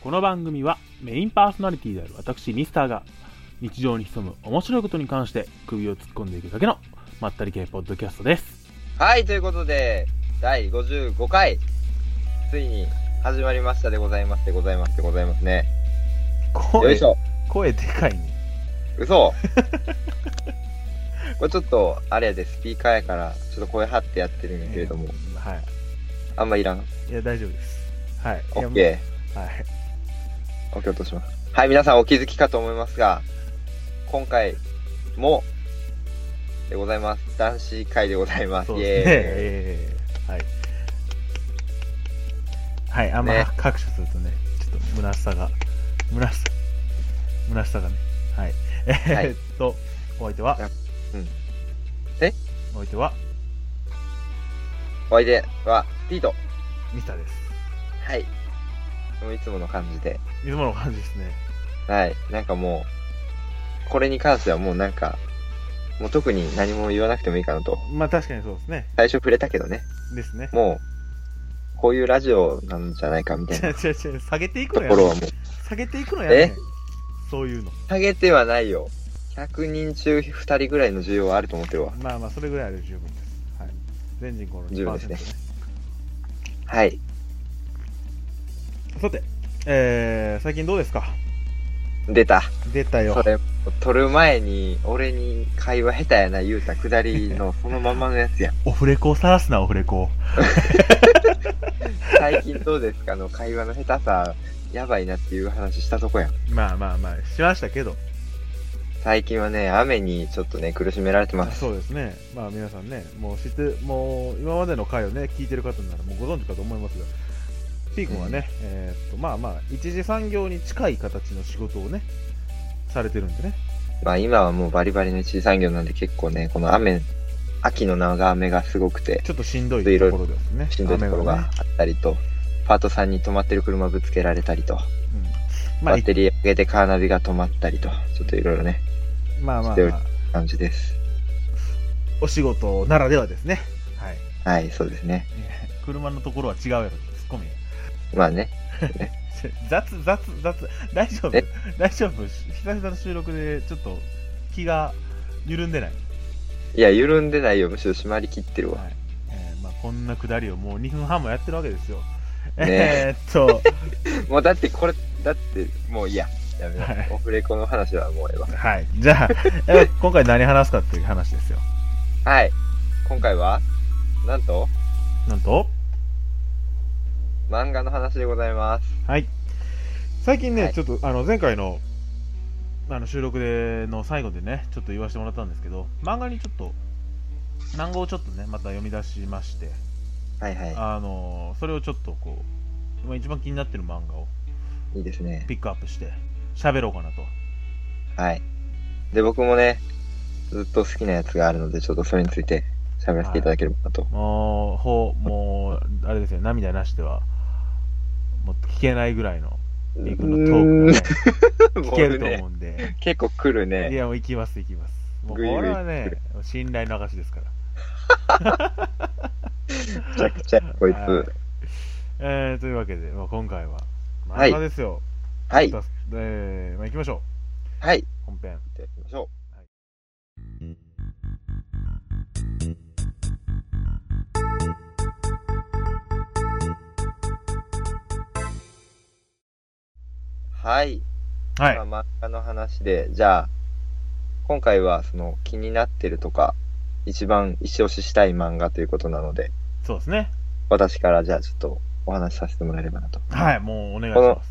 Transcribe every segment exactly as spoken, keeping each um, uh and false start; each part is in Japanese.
この番組はメインパーソナリティである私ミスターが日常に潜む面白いことに関して首を突っ込んでいくだけのまったり系ポッドキャストです。 はい、ということでだいごじゅうごかいついに始まりましたでございますでございますでございますね。 声よいしょ。 声でかいね。 嘘これちょっとあれやで、スピーカーやからちょっと声張ってやってるんやけれども、 えー、はい、 あんまいらん。 いや大丈夫です。はい、 オッケー、はい、 オッケー、落とします。はい、皆さんお気づきかと思いますが、今回もでございます。男子会でございます。 そうですね、イエーイ、はいはい、あんま、ね、拍手するとねちょっと虚しさが虚しさ虚しさがね、はい、えー、っと、はい、お相手は、 うん、えお相手はお相手はピートミスターです。 はい、もういつもの感じでいつもの感じですね。 はい、なんかもうこれに関してはもうなんかもう特に何も言わなくてもいいかなと。 まあ確かにそうですね。 最初触れたけどね。 ですね。 もうこういうラジオなんじゃないかみたいな。 違う違う違う、下げていくのやところはもう下げていくのやね。そういうの。 下げてはないよ。ひゃくにん中ふたりぐらいの需要はあると思ってるわ。 まあまあそれぐらいある十分です。はい。全人口の にパーセント ね。 ですね。はい。 さて、えー、最近どうですか？ 出た。 出たよ。 それ、撮る前に、俺に会話下手やな言うたくだりのそのままのやつやん。 オフレコを晒すな、オフレコ。 最近どうですかの会話の下手さ、やばいなっていう話したとこやん。 まあまあまあ、しましたけど。 最近はね、雨にちょっとね、苦しめられてます。 そうですね。まあ皆さんね、もう知って、もう今までの回をね、聞いてる方ならもうご存知かと思いますが、P 君はね、うん、えー、っと、まあまあ、一次産業に近い形の仕事をね、されてるんでね。 まあ今はもうバリバリの一次産業なんで結構ね、この雨、秋の長雨がすごくて、 ちょっとしんどいところですね。 しんどいところがあったりと、ね、パートさんに止まってる車ぶつけられたりと、うん、まあ、バッテリー上げてカーナビが止まったりと、ちょっといろいろね、 まあまあ、 まあ、感じです。 お仕事ならではですね。はい。 はい、そうですね。 車のところは違うやろ、ツッコミ。 まあね。 ね雑、雑、雑、大丈夫大丈夫久々の収録でちょっと気が緩んでない？ いや、緩んでないよ。むしろ締まりきってるわ。はい、 えー、まあこんなくだりをもうにふんはんもやってるわけですよ。ね、えー、っと。 もうだってこれ、だってもういいや。やめな、はい、オフレコの話はもうええわ。 はい。じゃあ、え今回何話すかっていう話ですよ。 はい。今回は、なんとなんと漫画の話でございます。 はい。最近ね、はい、ちょっとあの前回のあの収録での最後でね、ちょっと言わせてもらったんですけど、漫画にちょっと漫画をちょっとね、また読み出しまして、 はいはい。 あのそれをちょっとこう今一番気になってる漫画をいいですね。 ピックアップして喋ろうかなと。 はい。で僕もね、ずっと好きなやつがあるので、ちょっとそれについて喋らせていただければなと。はい、 もうほうもうあれですね、涙なしではもう聞けないぐらいのリクのトークがね聞けると思うんで、 ね、結構来るね。 いやもう行きます行きます。もうこれはね信頼の証ですから。 めちゃくちゃこいつ。はい、 えー、というわけで、まあ、今回は漫画ですよ。 はい。 えー、まあ行きましょう。はい。 本編。 行ってみましょう。はい。 はい。 まあ、漫画の話で、じゃあ、今回はその気になってるとか、一番一押ししたい漫画ということなので、 そうですね。 私からじゃあちょっとお話しさせてもらえればなと。 はい、もうお願いします。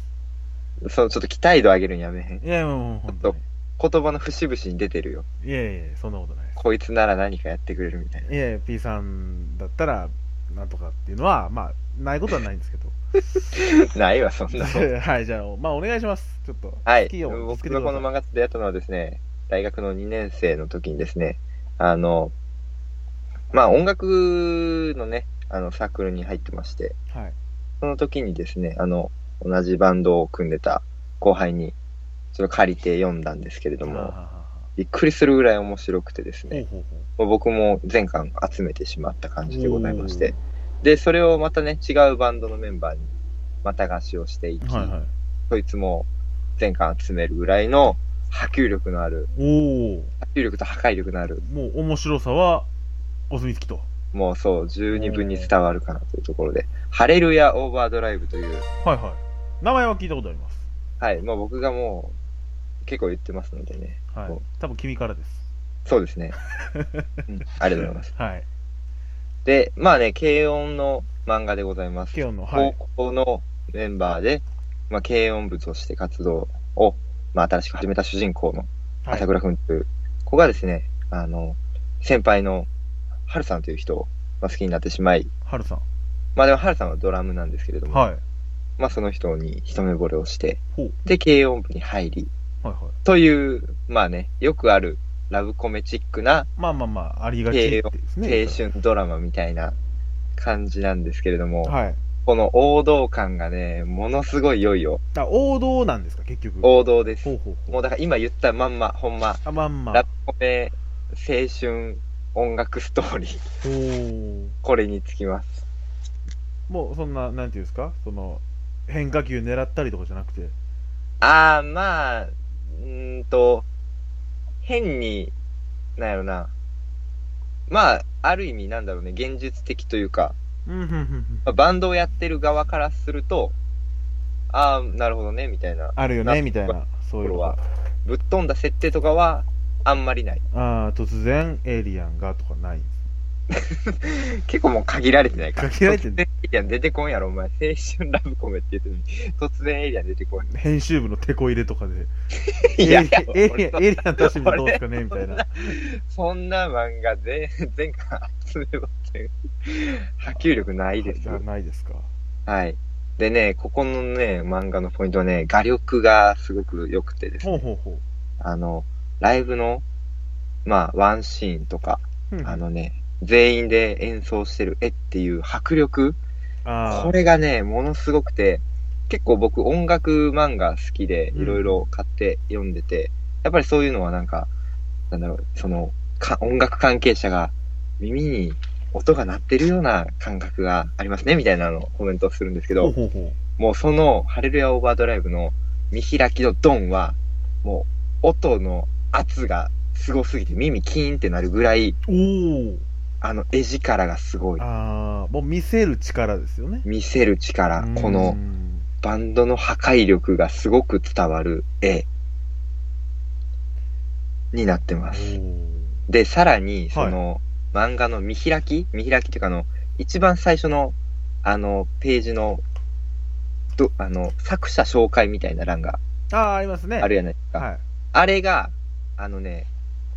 そのちょっと期待度上げるんやめへん。 いや、もう本当に。 言葉の節々に出てるよ。 いやいや、そんなことないです。 こいつなら何かやってくれるみたいな。 いやいや、P さんだったら、なんとかっていうのは、まあ、ないことはないんですけど。 ないわ、そんなの。 はい、じゃあ、まあ、お願いします。ちょっと。 はい。僕がこの漫画と出会ったのはですね、大学のにねん生の時にですね、あの、まあ、音楽のね、あの、サークルに入ってまして、 はい。 その時にですね、あの、同じバンドを組んでた後輩に、ちょっと借りて読んだんですけれども、はははびっくりするぐらい面白くてですね、ほうほうほう僕も全巻集めてしまった感じでございまして、で、それをまたね、違うバンドのメンバーにまた貸しをしていき、はいはい、 そいつも全巻集めるぐらいの波及力のある、 おー。 波及力と破壊力のある、 もう面白さはお墨付きと。 もうそう、十二分に伝わるかなというところで、ハレルヤオーバードライブという、 はいはい。名前は聞いたことあります。 はい、もう僕がもう結構言ってますのでね。 はい。多分君からです。 そうですね。うん、ありがとうございます。 はい。 で、まあね、軽音の漫画でございます。 軽音の、はい。 高校のメンバーで、まあ、軽音部として活動を、まあ、新しく始めた主人公の朝倉くんという子がですね、はい、あの、先輩のハルさんという人を、まあ、好きになってしまい、 ハルさん。 まあでもハルさんはドラムなんですけれども、 はい。 まあその人に一目惚れをして、で、軽音部に入り、 はいはい。 という、まあね、よくあるラブコメチックな、 まあまあまあ、ありがちですね。 青春ドラマみたいな感じなんですけれども、 はい。 この王道感がね、ものすごい良いよ。 あ、王道なんですか、結局。 王道です。 ほうほうほう。 もうだから今言ったまんま、ほんま。 あ、まんま。 ラブコメ、青春、音楽ストーリー。これにつきます。 もうそんな、なんていうんですか、その、変化球狙ったりとかじゃなくて。 ああ、まあ、うんと、変に、なんやろな。まあ、ある意味なんだろうね、現実的というか、 うんうんうんうん、 まあ、バンドをやってる側からすると、ああ、なるほどね、みたいな。 あるよね、みたいな。そういうのは。 ぶっ飛んだ設定とかは、あんまりない。 ああ、突然、エイリアンがとかないんです。 結構もう限られてないから。 限られてる。 突然エイリアン出てこんやろ、お前。青春ラブコメって言ってるのに、突然エイリアン出てこん。 編集部のテこ入れとかで。いやいや、エイリアン、エイリアン出してみたらどうですかねみたいな。 そんな漫画で、前回集めろって、波及力ないですよ。 ないですか。 はい。でね、ここのね、漫画のポイントはね、画力がすごく良くてですね。 ほうほうほう。 あの、ライブの、まあ、ワンシーンとか、うん、あのね、全員で演奏してる絵っていう迫力、これがね、ものすごくて、結構僕音楽漫画好きで、いろいろ買って読んでて、うん、やっぱりそういうのはなんか、なんだろう、その、か音楽関係者が耳に音が鳴ってるような感覚がありますね、みたいなのをコメントするんですけど、ほうほうほう、もうその、ハレルヤオーバードライブの見開きのドンは、もう、音の圧がすごすぎて耳キーンってなるぐらい、 おあの、絵力がすごい。 ああ、もう見せる力ですよね。 見せる力。この、バンドの破壊力がすごく伝わる絵になってます。で、さらに、その、はい、漫画の見開き見開きっていうか、あの、一番最初の、あの、ページの、ど、あの、作者紹介みたいな欄が。 ああ、ありますね。 あるじゃないですか。はい、あれが、あのね、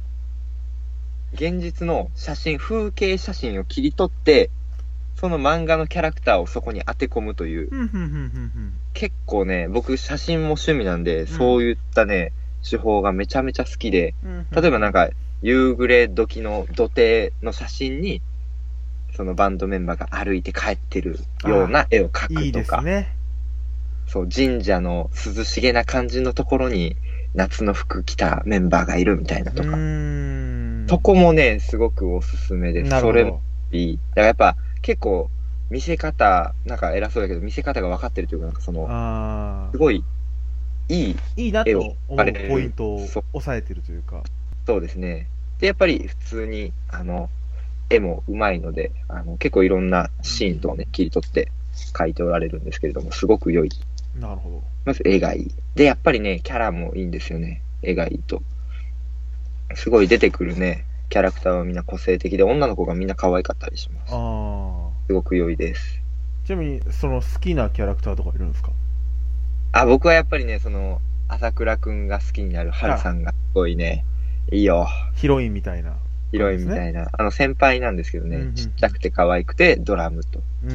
現実の写真、風景写真を切り取って、その漫画のキャラクターをそこに当て込むという、結構ね、僕写真も趣味なんで、うん、そういったね、手法がめちゃめちゃ好きで、例えばなんか、夕暮れ時の土手の写真に、そのバンドメンバーが歩いて帰ってるような絵を描くとか、いいですね。そう、神社の涼しげな感じのところに、夏の服着たメンバーがいるみたいなとか、そこもね、すごくおすすめです。それもいい。だからやっぱ結構見せ方、なんか偉そうだけど見せ方が分かってるというか、なんかその、すごいいいいいなと思うポイントを抑えてるというか。 そうですね。で、やっぱり普通に、あの、絵もうまいので、あの結構いろんなシーンとね、切り取って描いておられるんですけれども、すごく良い。 なるほど。 まず絵がいい。で、やっぱりね、キャラもいいんですよね。絵がいいと。すごい出てくるね、キャラクターはみんな個性的で、女の子がみんな可愛かったりします。あすごく良いです。 ちなみに、その好きなキャラクターとかいるんですか？ あ、僕はやっぱりね、その、朝倉くんが好きになるハルさんがすごいね、いいよ。 ヒロインみたいな、ね。 ヒロインみたいな。あの、先輩なんですけどね、うんうん、ちっちゃくて可愛くて、ドラムと。うん。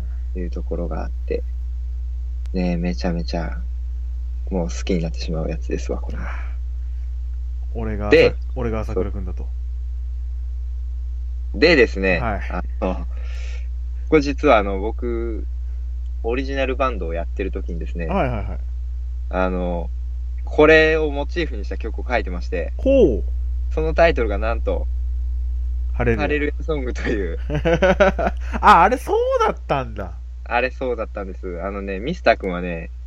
いうところがあって。ねえ、めちゃめちゃ、もう好きになってしまうやつですわ、これ。 俺が、で、俺が朝倉くんだと。 でですね、はい、あの、これ実はあの、僕、オリジナルバンドをやってる時にですね、 はいはいはい。 あの、これをモチーフにした曲を書いてまして、 ほう。 そのタイトルがなんと、 ハレルヤ。 ハレルヤソングという。 あ、あれそうだったんだ。 あれそうだったんです。あのね、ミスター君はね、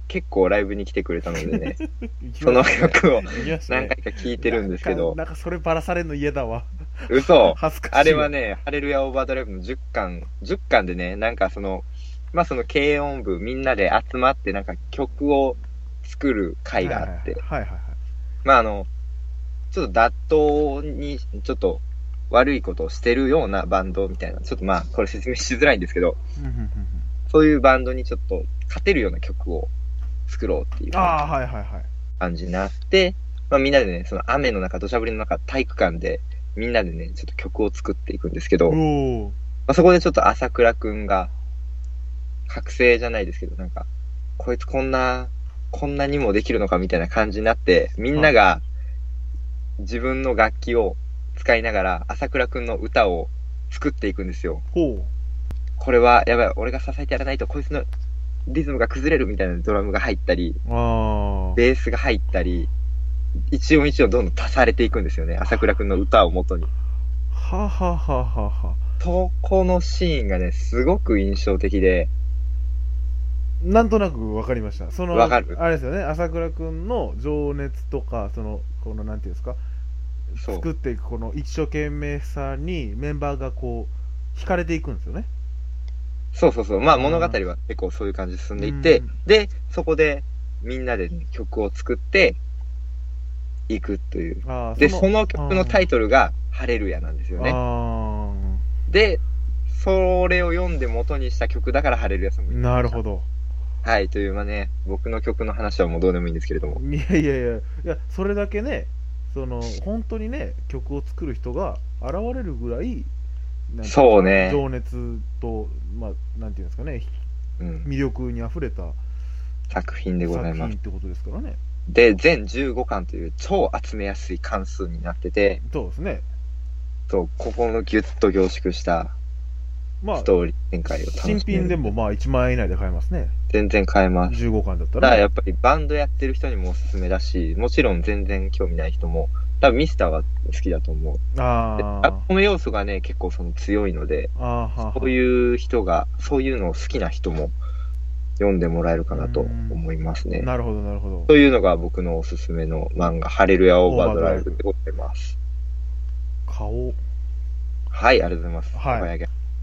結構ライブに来てくれたのでね、その曲を何回か聴いてるんですけど、 なんかそれバラされるの嫌だわ。 嘘恥ずかしい。 あれはね、ハレルヤオーバードライブのじゅっかん、じゅっかんでね、なんかその、まあその軽音部みんなで集まってなんか曲を作る会があって、 はいはいはい。 まああの、ちょっと脱党にちょっと悪いことをしてるようなバンドみたいな、ちょっとまあこれ説明しづらいんですけど、そういうバンドにちょっと勝てるような曲を作ろうっていう感じになって、まあみんなでね、その雨の中、土砂降りの中、体育館でみんなでね、ちょっと曲を作っていくんですけど、まあ、そこでちょっと朝倉くんが、覚醒じゃないですけど、なんか、こいつこんな、こんなにもできるのかみたいな感じになって、みんなが自分の楽器を使いながら、朝倉くんの歌を作っていくんですよ。 ほう。 これは、やばい、俺が支えてやらないと、こいつのリズムが崩れるみたいなドラムが入ったり、ベースが入ったり、一音一音どんどん足されていくんですよね。朝倉くんの歌を元に。 ははははは。 そこのシーンがね、すごく印象的で。 なんとなく分かりました。その、 わかる。 あれですよね、朝倉くんの情熱とか、その、この、なんていうんですか、作っていくこの一生懸命さにメンバーがこう、惹かれていくんですよね。 そうそうそう。まあ物語は結構そういう感じで進んでいって、うん、で、そこでみんなで、ね、曲を作っていくという。で、その曲のタイトルがハレルヤなんですよね。で、それを読んで元にした曲だからハレルヤソング。 なるほど。 はい、という、まあね、僕の曲の話はもうどうでもいいんですけれども。 いやいやいや、いや、それだけね、その、本当にね、曲を作る人が現れるぐらい、 そうね。 情熱と、まあ、なんていうんですかね、うん、魅力にあふれた作品でございます。 作品ってことですからね。 で、全じゅうごかんという超集めやすい関数になってて、 そうですね。 そう、ここのギュッと凝縮したストーリー展開を楽しめる、まあ、 新品でもまあいちまんえん以内で買えますね。 全然買えます。 じゅうごかんだったら、ね。 だからやっぱりバンドやってる人にもおすすめだし、もちろん全然興味ない人も、多分ミスターは好きだと思う。ああ。この要素がね、結構その強いので、あははそういう人が、そういうのを好きな人も読んでもらえるかなと思いますね。 なるほど、なるほど。 というのが僕のおすすめの漫画、ハレルヤオーバードライブでございます。 買おう。 はい、ありがとうございます。 はい。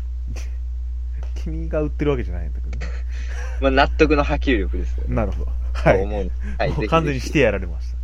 君が売ってるわけじゃないんだけど、ね。 まあ納得の波及力ですよね。 なるほど。はい。 思うはい、完全にしてやられました。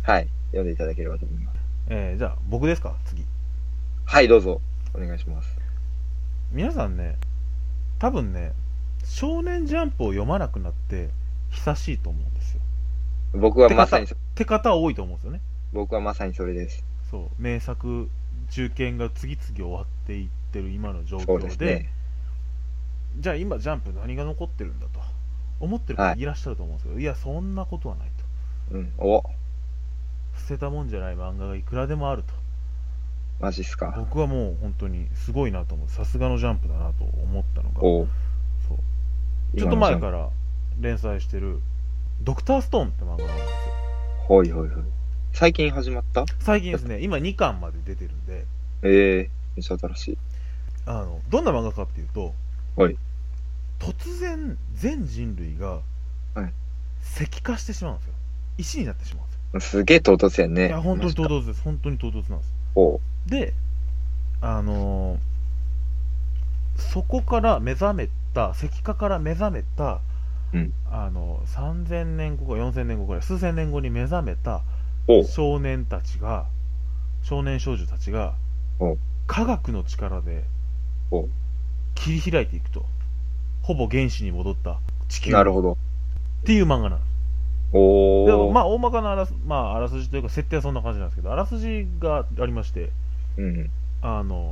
はい。読んでいただければと思います。 えー、じゃあ、僕ですか次。 はい、どうぞ。お願いします。 皆さんね、多分ね、少年ジャンプを読まなくなって久しいと思うんですよ。 僕はまさにそって方多いと思うんですよね。 僕はまさにそれです。 そう、名作、中堅が次々終わっていってる今の状況 で, で、ね、じゃあ今ジャンプ何が残ってるんだと思ってる方いらっしゃると思うんですけど、はい、いやそんなことはないと。うん、お捨てたもんじゃない漫画がいくらでもあると。 マジっすか。 僕はもう本当にすごいなと思う。さすがのジャンプだなと思ったのが、そうちょっと前から連載してるドクターストーンって漫画なんですよ。 はいはいはい。最近始まった？ 最近ですね。今にかんまで出てるんで。 ええー、めっちゃ新しい。 あのどんな漫画かっていうと、 はい、 突然全人類が石化してしまうんですよ。石になってしまうんですよ。 すげえ唐突やね。 いや本当に唐突です。本当に唐突なんです。 おで、あのー、そこから目覚めた石化から目覚めた、 うん、 あのさんぜんねんごかよんせんねんごくらい数千年後に目覚めた少年たちが少年少女たちが科学の力で切り開いていくと、ほぼ原始に戻った地球なるほどっていう漫画なんです。 おでまあ大まかなあらす、まあ、あらすじというか設定はそんな感じなんですけど、あらすじがありまして、 うん、 あの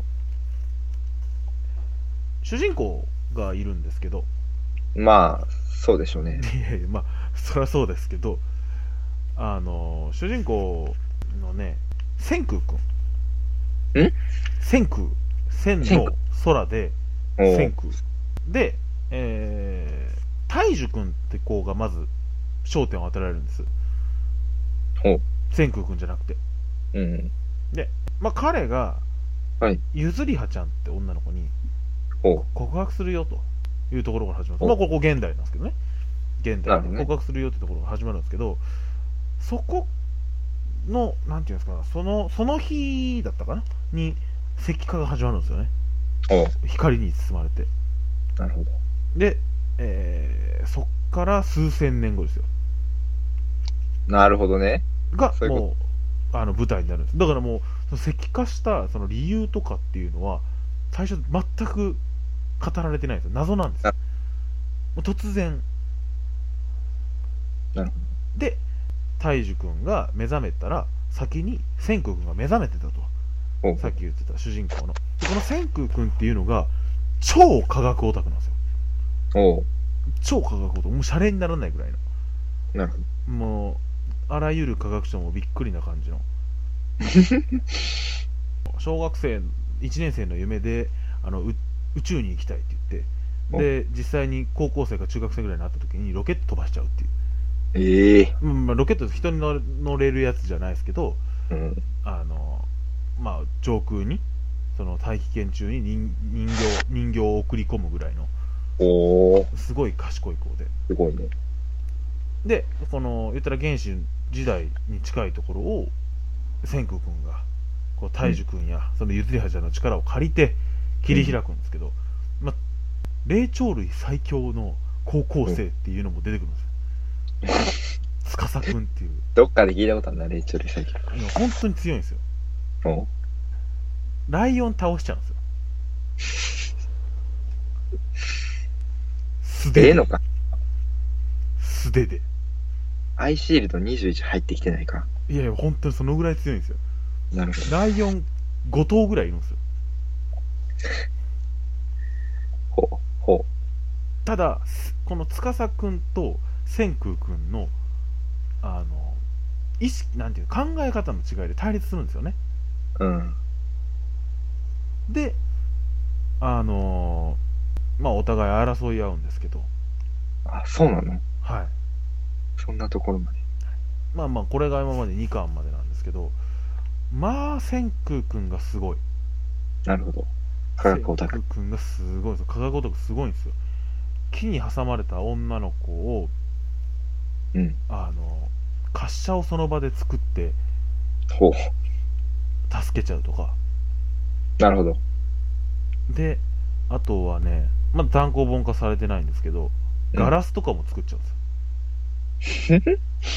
主人公がいるんですけど、 まあそうでしょうね。 いやいやまあそりゃそうですけど、あの主人公のね千空くんん千空千の空で千空で、えー、大樹くんって子がまず焦点を当てられるんです。千空くんじゃなくて、 うん、 で、まあ、彼が、 はい、 ゆずりはちゃんって女の子に告白するよというところから始まる。まあここ現代なんですけどね。 現代に告白するよってところが始まるんですけど、そこのなんていうんですか、そのその日だったかなに石化が始まるんですよね。光に包まれて。 なるほど。 で、えー、そっから数千年後ですよ。 なるほどね。 がもうあの舞台になるんです。だからもう石化したその理由とかっていうのは最初全く語られてないんですよ。謎なんです。もう突然。 なるほど。 で、大樹くんが目覚めたら先に千空くんが目覚めてたと。さっき言ってた主人公の。でこの千空くんっていうのが超科学オタクなんですよ。 おう。 超科学オタク、もうシャレにならないぐらいの。 なるほど。 もうあらゆる科学者もびっくりな感じの。小学生いちねん生の夢であの宇宙に行きたいって言って、で実際に高校生か中学生ぐらいになった時にロケット飛ばしちゃうっていう。 ええー。 うん、まあ、ロケット人に乗れ、乗れるやつじゃないですけど、 うん、 あのまあ上空にその大気圏中に 人, 人形人形を送り込むぐらいの、 おすごい賢い子で。 すごいね。 でこの言ったら原始時代に近いところを千空くんがこう大樹くんや、うん、そのゆずりはちゃんの力を借りて切り開くんですけど、うん、まあ霊長類最強の高校生っていうのも出てくるんですよ。司くんっていう。 どっかで聞いたことあるな、霊長類最強。 いや本当に強いんですよ。 おライオン倒しちゃうんですよ。素手で。 ええのか。 素手で。 アイシールドにじゅういち入ってきてないか。 いやいや本当にそのぐらい強いんですよ。 なるほど。 ライオンご頭ぐらいいるんですよ。 ほうほう。 ただこの司くんと千空くんのあの意識なんていう考え方の違いで対立するんですよね。 うん。 で、あのー、まあお互い争い合うんですけど。 あ、そうなの？ はい。 そんなところまで。 まあまあこれが今までにかんまでなんですけど、まあ千空くんがすごい。 なるほど。科学オタク。 千空くんがすごいですよ。科学オタクすごいんですよ。木に挟まれた女の子を、 うん、 あの滑車をその場で作ってほう助けちゃうとか。 なるほど。 であとはね、まだ単行本化されてないんですけど、ガラスとかも作っちゃうんですよ、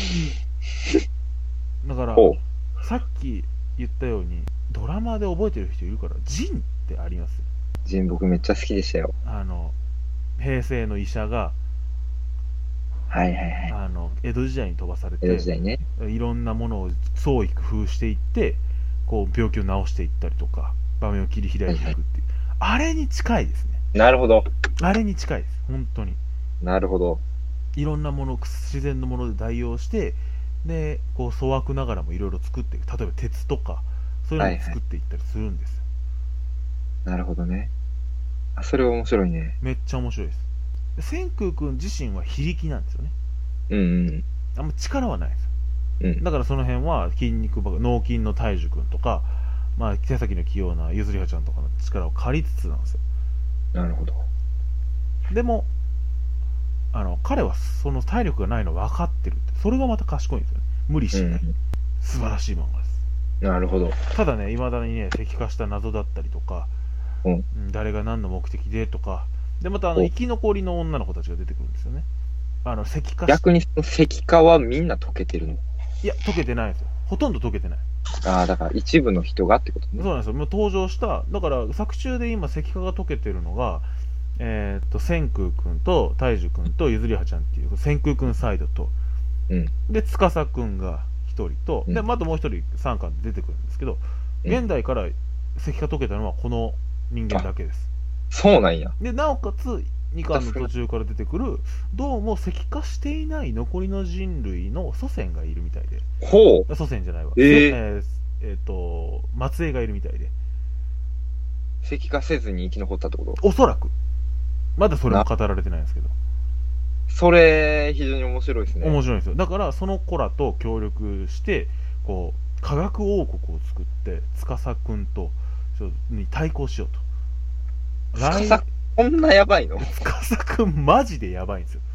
うん、だからさっき言ったようにドラマで覚えてる人いるから、ジンってあります？ ジン僕めっちゃ好きでしたよ。 あの平成の医者が、 はいはいはい、 あの江戸時代に飛ばされて、 江戸時代ね、 いろんなものを創意工夫していってこう病気を治していったりとか場面を切り開いていくっていう、はいはい、あれに近いですね。 なるほど。 あれに近いです本当に。 なるほど。 いろんなもの自然のもので代用してでこう粗悪ながらもいろいろ作っていく。例えば鉄とかそういうのを作っていったりするんですよ、 はいはい、なるほどね。あ、それは面白いね。 めっちゃ面白いです。千空くん自身は非力なんですよね。 うんうん。 あんま力はないですよ、 うん、 だからその辺は筋肉ばか脳筋の大樹くんとか、まあ、手先の器用なゆずりはちゃんとかの力を借りつつなんですよ。 なるほど。 でもあの彼はその体力がないの分かってるって、それがまた賢いんですよね。無理しない、うん、素晴らしい漫画です。 なるほど。 ただね、いまだにね石化した謎だったりとか、 うん、 誰が何の目的でとかで、またあの生き残りの女の子たちが出てくるんですよね。あの石化し逆にその石化はみんな溶けてるの？ いや溶けてないですよ。ほとんど溶けてない。 ああ、だから一部の人がってことね。 そうなんですよ。もう登場しただから作中で今石化が溶けてるのが、えー、っと千空くんと大樹くんとゆずりはちゃんっていう千空くんサイドと、 うん、 で司くんがひとりと、うん、でまたもうひとりさんかんで出てくるんですけど、うん、現代から石化溶けたのはこの人間だけです。 そうなんや。 でなおかつにかんの途中から出てくるどうも石化していない残りの人類の祖先がいるみたいで。 ほう。 祖先じゃないわ。 えー、 えーえー、と末裔がいるみたいで。 石化せずに生き残ったってこと？ おそらく。まだそれも語られてないんですけど。 それ非常に面白いですね。 面白いんですよ。だからその子らと協力してこう科学王国を作って司くんとに対抗しようと。 司こんなやばいの？ 司くんマジでやばいんですよ。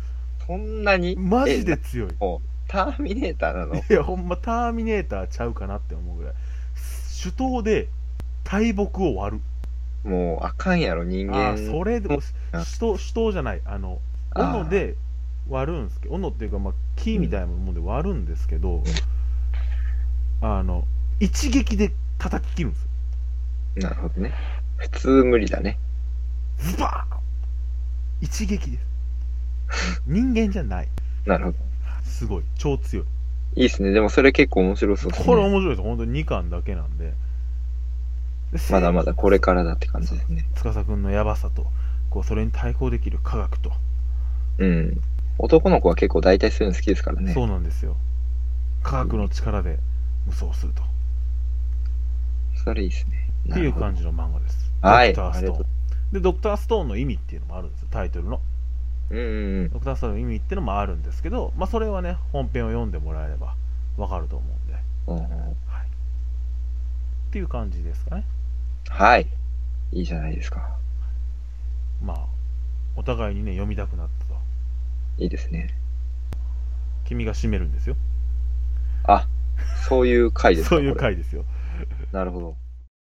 そんなにマジで強い。 もうターミネーターなの？ いや、ほんまターミネーターちゃうかなって思うぐらい。手刀で大木を割る。 もうあかんやろ、人間。 あ、それでも、手刀、手刀じゃない。あの、斧で割るんですけど、斧っていうか、まあ、木みたいなもので割るんですけど、うん、あの、一撃で叩き切るんですよ。 なるほどね。普通無理だね。 ズバーン一撃です。人間じゃない。 なるほど。 すごい。超強い。 いいっすね。でもそれ結構面白そうですね。 これ面白いです。本当ににかんだけなんで。 まだまだこれからだって感じですね。 司くんのヤバさと、こう、それに対抗できる科学と。 うん。男の子は結構大体そういうの好きですからね。 そうなんですよ。科学の力で無双すると。 それいいですね。 っていう感じの漫画です。 はい。 ドクターストーン。で、ドクターストーンの意味っていうのもあるんですよ、タイトルの。 うんうんうん。 ドクターストーンの意味っていうのもあるんですけど、まあそれはね、本編を読んでもらえればわかると思うんで。 うんうん、はい。 っていう感じですかね。 はい。いいじゃないですか。 まあ、お互いにね、読みたくなったと。 いいですね。 君が締めるんですよ。 あ、そういう回ですか？ そういう回ですよ。 なるほど。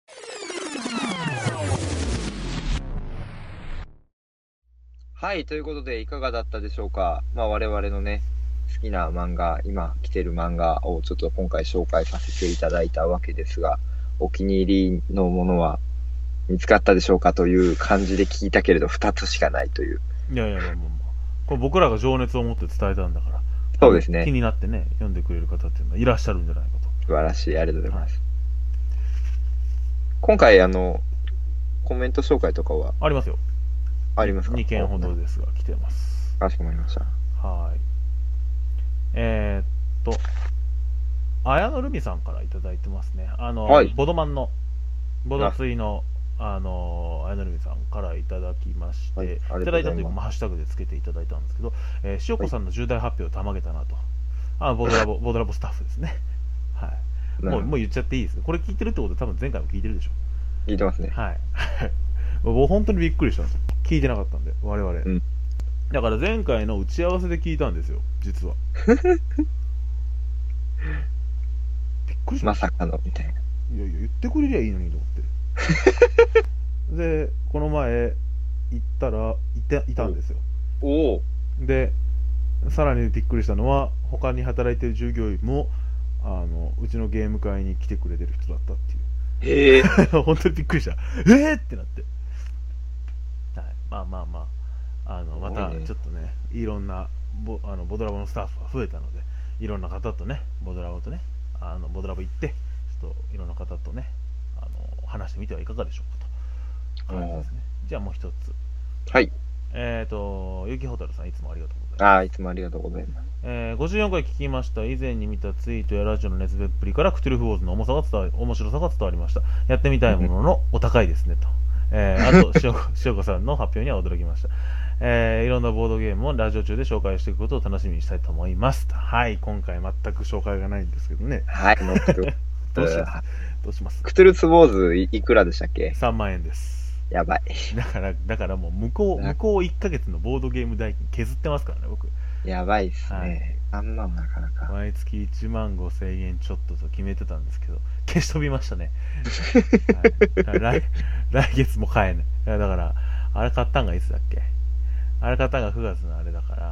はい、ということでいかがだったでしょうか。まあ我々のね、好きな漫画、今来てる漫画をちょっと今回紹介させていただいたわけですが、お気に入りのものは見つかったでしょうかという感じで聞いたけれど、二つしかないという。 いやいや、まあまあまあ。これ僕らが情熱を持って伝えたんだから。 そうですね。 気になってね、読んでくれる方っていうのはいらっしゃるんじゃないかと。 素晴らしい、ありがとうございます。はい、今回、あの、コメント紹介とかはありますよ。 ありますか？ にけんほどですが、来てます。 かしこまりました。 はい。えー、っと、綾野ルミさんからいただいてますね。あの、はい、ボドマンの、ボドツイの、あの、綾野ルミさんからいただきまして、はい、いただいたというか、まあ、ハッシュタグでつけていただいたんですけど、えー、塩子さんの重大発表をたまげたなと。あ、ボドラボ、ボドラボスタッフですね。はい。もう、もう言っちゃっていいです。これ聞いてるってことは多分前回も聞いてるでしょ。 聞いてますね。 はい。もう本当にびっくりしたんですよ。聞いてなかったんで、我々。うん、だから前回の打ち合わせで聞いたんですよ、実は。びっくりした。 まさかの、みたいな。 いやいや、言ってくれりゃいいのにと思って。で、この前、行ったらいた、いたんですよ。 おお。で、 さらにびっくりしたのは、他に働いてる従業員も、あの、うちのゲーム会に来てくれてる人だったっていう。 へえ。 本当にびっくりした。えーってなって。はい、まあまあまあ、あの、またちょっとね、いろんなボ、あの、ボドラボのスタッフが増えたので、いろんな方とね、ボドラボとね、あの、ボドラボ行って、ちょっといろんな方とね、あの、話してみてはいかがでしょうかと。感じですね。じゃあもう一つ。 はい。 えっと、ゆきほたるさん、いつもありがとうございます。 ああ、いつもありがとうございます。 えー、ごじゅうよんかい聞きました。以前に見たツイートやラジオの熱弁っぷりからクトゥルフウォーズの重さが伝わり、面白さが伝わりました。やってみたいもののお高いですねと。えー、あと塩、塩子さんの発表には驚きました。えー、いろんなボードゲームをラジオ中で紹介していくことを楽しみにしたいと思います。はい、今回全く紹介がないんですけどね。 はい、もうどうしますどうしますクトゥルスウォーズ い, いくらでしたっけ？ さんまんえんです。 やばい。 だから、だからもう向こう、向こういっかげつのボードゲーム代金削ってますからね、僕。 やばいっすね。はい、さんまんなかなか。 毎月いちまんごせんえんちょっとと決めてたんですけど、消し飛びましたね。はい、来, 来月も買えない。だから、あれ買ったんがいつだっけ？あれ買ったんがくがつのあれだから、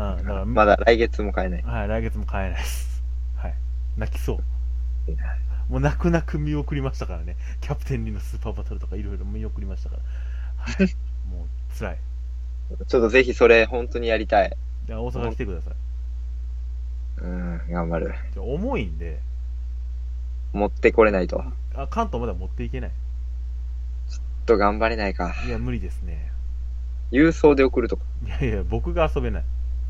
うん、だからまだ来月も買えない。 はい、来月も買えないです。はい。泣きそう。もう泣く泣く見送りましたからね。キャプテンリーのスーパーバトルとかいろいろ見送りましたから。はい、もう辛い。 ちょっとぜひそれ本当にやりたい。 いや、大阪来てください。 うん、頑張る。 重いんで。 持ってこれないと。 あ、関東までは持っていけない。 ちょっと頑張れないか。 いや、無理ですね。 郵送で送るとか。 いやいや、僕が遊べない。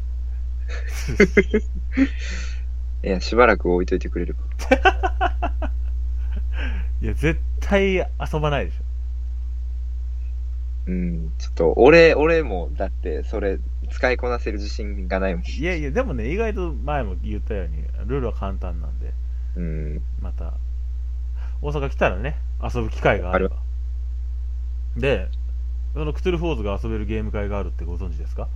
いや、しばらく置いといてくれるか。 いや、絶対遊ばないでしょ。 うん、ちょっと、俺、俺も、だって、それ、使いこなせる自信がないもん。 いやいや、でもね、意外と前も言ったように、ルールは簡単なんで、 うん。 また、大阪来たらね、遊ぶ機会があれば。で、そのクトゥルフォーズが遊べるゲーム会があるってご存知ですか？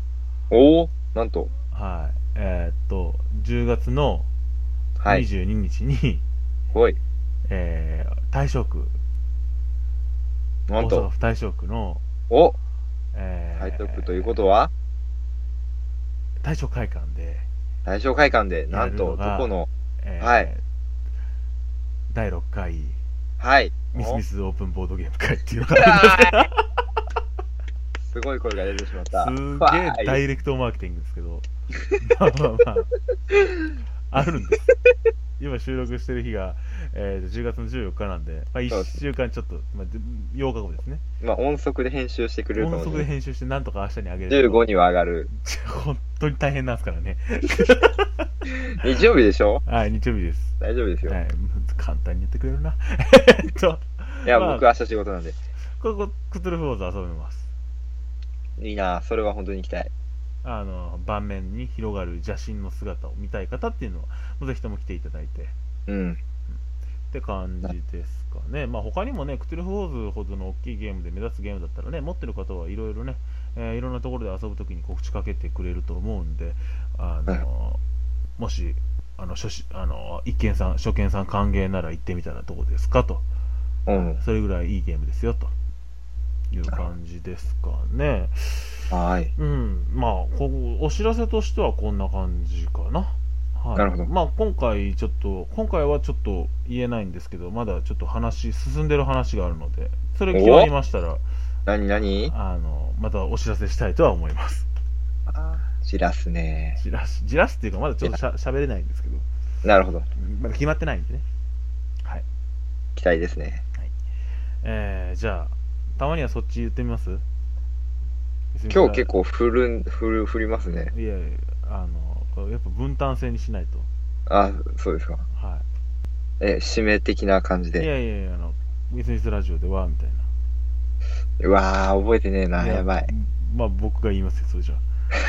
おお、なんと。 はい。えー、っと、じゅうがつのにじゅうににちに、 はい、 えー、大正区、 なんと。 大阪府大正区の、 お、 え大正区ということは、 ー、大正会館で大正会館で、 やなんと、どるのが、 この、 えーはい、 だいろっかいはい。 ミスミおスオープンボードゲーム会っていうのがあるんですすごい声が出てしまっけど、 た。 すげわえダーい。 イレクトマーケティングですけど、まあまあまあ、あるんです。今収録してる日が、えー、じゅうがつのじゅうよっかなんで、まあ、1 そうです週間ちょっと、まあ、ようかごですね。 まあ、音速で編集してくれると音速で思うんで、 編集してなんとか明日にあげるじゅうごには上がる。 本当に大変なんですからね。 日曜日でしょ？ はい、日曜日です。 大丈夫ですよ。 はい、簡単に言ってくれるな。えっと、 いや、 まあ僕明日仕事なんで。 ここ、クトゥルフウォーズ遊べます。 いいな、それは本当に行きたい。 あの、盤面に広がる邪神の姿を見たい方っていうのは、ぜひとも来ていただいて、 うん。 って感じですかね。まあ他にもね、クトゥルフウォーズほどの大きいゲームで目立つゲームだったらね、持ってる方はいろいろね、えーいろんなところで遊ぶときに告知かけてくれると思うんで、あの、 はいもし、あの、初心あの一見さん、初見さん歓迎なら行ってみたらどうですかと。 うん。 それぐらいいいゲームですよ、という感じですかね。 はい。 うん、まあこう、お知らせとしてはこんな感じかな。はい、 なるほど。 まあ今回ちょっと、今回はちょっと言えないんですけど、まだちょっと話、進んでる話があるので、それ決まりましたら、 なになに？ あの、またお知らせしたいとは思います。 あー、じらすね。 じらす、じらすっていうか、まだちょっとしゃ喋れないんですけど、 なるほど。 まだ決まってないんでね。はい。 期待ですね。 はい、えー、じゃあ、たまにはそっち言ってみます？ 今日結構振る、振る、振りますね。 いやいや、あの、やっぱ分担制にしないと。 あ、そうですか。 はえ、締め的な感じい。いで。 やいやいや、あの、ミスミスラジオでは、みたいな。 うわー、覚えてねえな。やばい。 まあ僕が言いますよ、それじゃあ。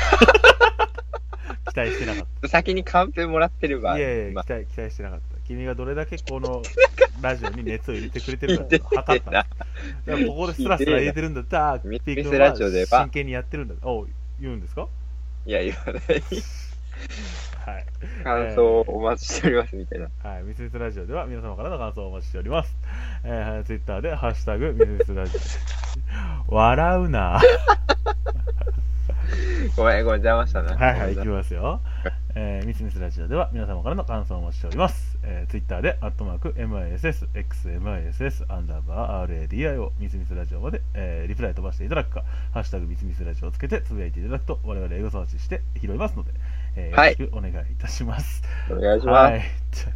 期待してなかっ先にカンペもらってれば。 た。いやいや、 今期待、期待してなかった。君がどれだけこのラジオに熱を入れてくれてるか入れて測った。だからここでスラスラ入れてるんだったら、 ミスピー君ラジオではは真剣にやってるんだ。お言うんですか？ いや、言わない。 はい。 感想をお待ちしておりますみたいな。 はい、ミスミスラジオでは皆様からの感想をお待ちしております。えー、ツイッターで、ハッシュタグ、ミスミスラジオ。笑うな。 ごめん、ごめん、邪魔したな。 はいはい、いきますよ。えー、ミスミスラジオでは皆様からの感想をお待ちしております。えー、ツイッターで、アットマーク、ミス、xmiss、アンダーバー、radio、ミスミスラジオまで、えー、リプライ飛ばしていただくか、ハッシュタグ、ミスミスラジオをつけてつぶやいていただくと、我々エゴサーチして拾いますので、えー、 はいよろしくお願いいたします。 お願いします。 はい。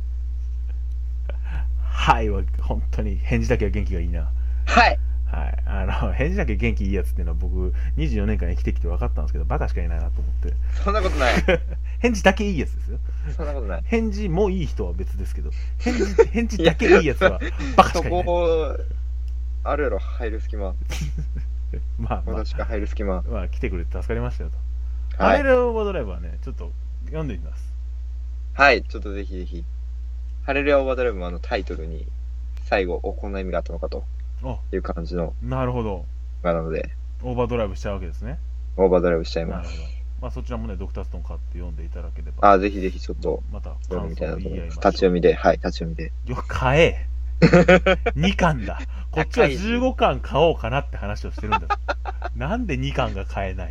はいは、本当に返事だけは元気がいいな。 はい。 はい。あの、返事だけ元気いいやつっていうのは僕、にじゅうよねんかん生きてきて分かったんですけど、バカしかいないなと思って。 そんなことない。 返事だけいいやつですよ。 そんなことない。 返事もいい人は別ですけど、返事、返事だけいいやつはバカしそかいない。 こ、あるやろ、入る隙間。 まあまあ、 私が入る隙間。 まあ、来てくれて助かりましたよと。 はいハイレオーバードライブはね、ちょっと読んでみます。 はい、ちょっとぜひぜひ。ハレルヤオーバードライブもあのタイトルに、最後、おこんな意味があったのかという感じのなるほど。 なので、 オーバードライブしちゃうわけですね。 オーバードライブしちゃいますなるほ。ど。まあそちらもね、ドクターストーン買って読んでいただければ。 あ、ぜひぜひちょっと、 また読むみたいな感想をと思います。 言い合いましょう。 立ち読みで、はい、立ち読みで。 よ、買え。にかんだ。こっちはじゅうごかん買おうかなって話をしてるんだ。なんでにかんが買えない？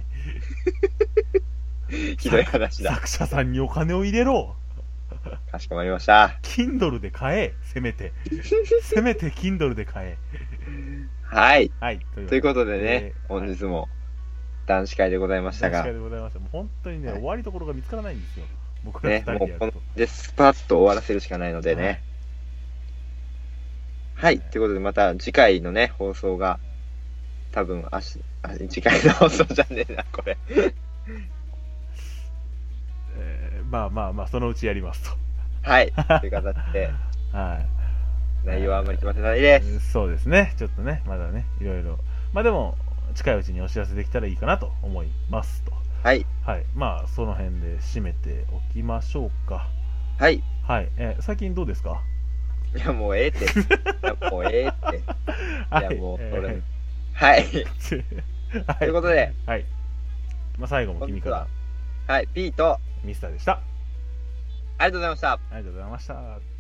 ひどい話だ。 作者さんにお金を入れろ。 かしこまりました。 Kindle で買え。せめて。せめて Kindle で買え。 はい。 はい。 ということでね、 えー本日も男子会でございましたが、 男子会でございました。もう本当にね、 はい終わりどころが見つからないんですよ。僕らね、 二人でやると。 もうこのでスパッと終わらせるしかないのでね。はい。ということで、また次回のね、放送が、多分、明日、あ次回の放送じゃねえな、これ。 えーまあまあまあ、そのうちやりますと。 はい。という形で、 はい。 内容はあんまり決まってないです。 えーそうですね。ちょっとね、まだね、いろいろ。まあでも、近いうちにお知らせできたらいいかなと思いますと。 はい。 はい。まあ、その辺で締めておきましょうか。 はい。 はい。えー最近どうですか？ いや、もうええって。いや、もうええって。いはい。 や、もう、 えーそれ。はい。 はいということで、 はい。 まあ、最後も君からはい、P とミスターでした。 ありがとうございました。 ありがとうございました。